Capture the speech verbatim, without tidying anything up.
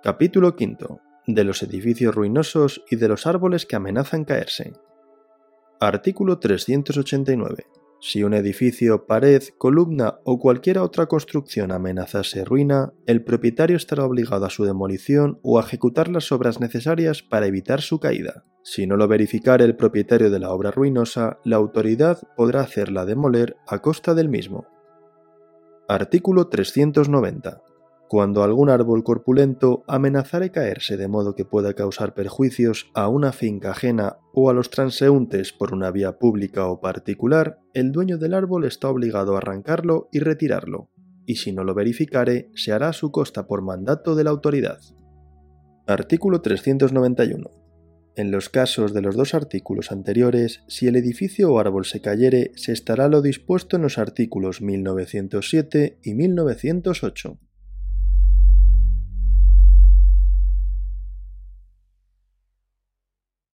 Capítulo quinto. De los edificios ruinosos y de los árboles que amenazan caerse. Artículo trescientos ochenta y nueve. Si un edificio, pared, columna o cualquier otra construcción amenazase ruina, el propietario estará obligado a su demolición o a ejecutar las obras necesarias para evitar su caída. Si no lo verificare el propietario de la obra ruinosa, la autoridad podrá hacerla demoler a costa del mismo. Artículo trescientos noventa. Cuando algún árbol corpulento amenazare caerse de modo que pueda causar perjuicios a una finca ajena o a los transeúntes por una vía pública o particular, el dueño del árbol está obligado a arrancarlo y retirarlo, y si no lo verificare, se hará a su costa por mandato de la autoridad. Artículo trescientos noventa y uno. En los casos de los dos artículos anteriores, si el edificio o árbol se cayere, se estará lo dispuesto en los artículos mil novecientos siete y mil novecientos ocho.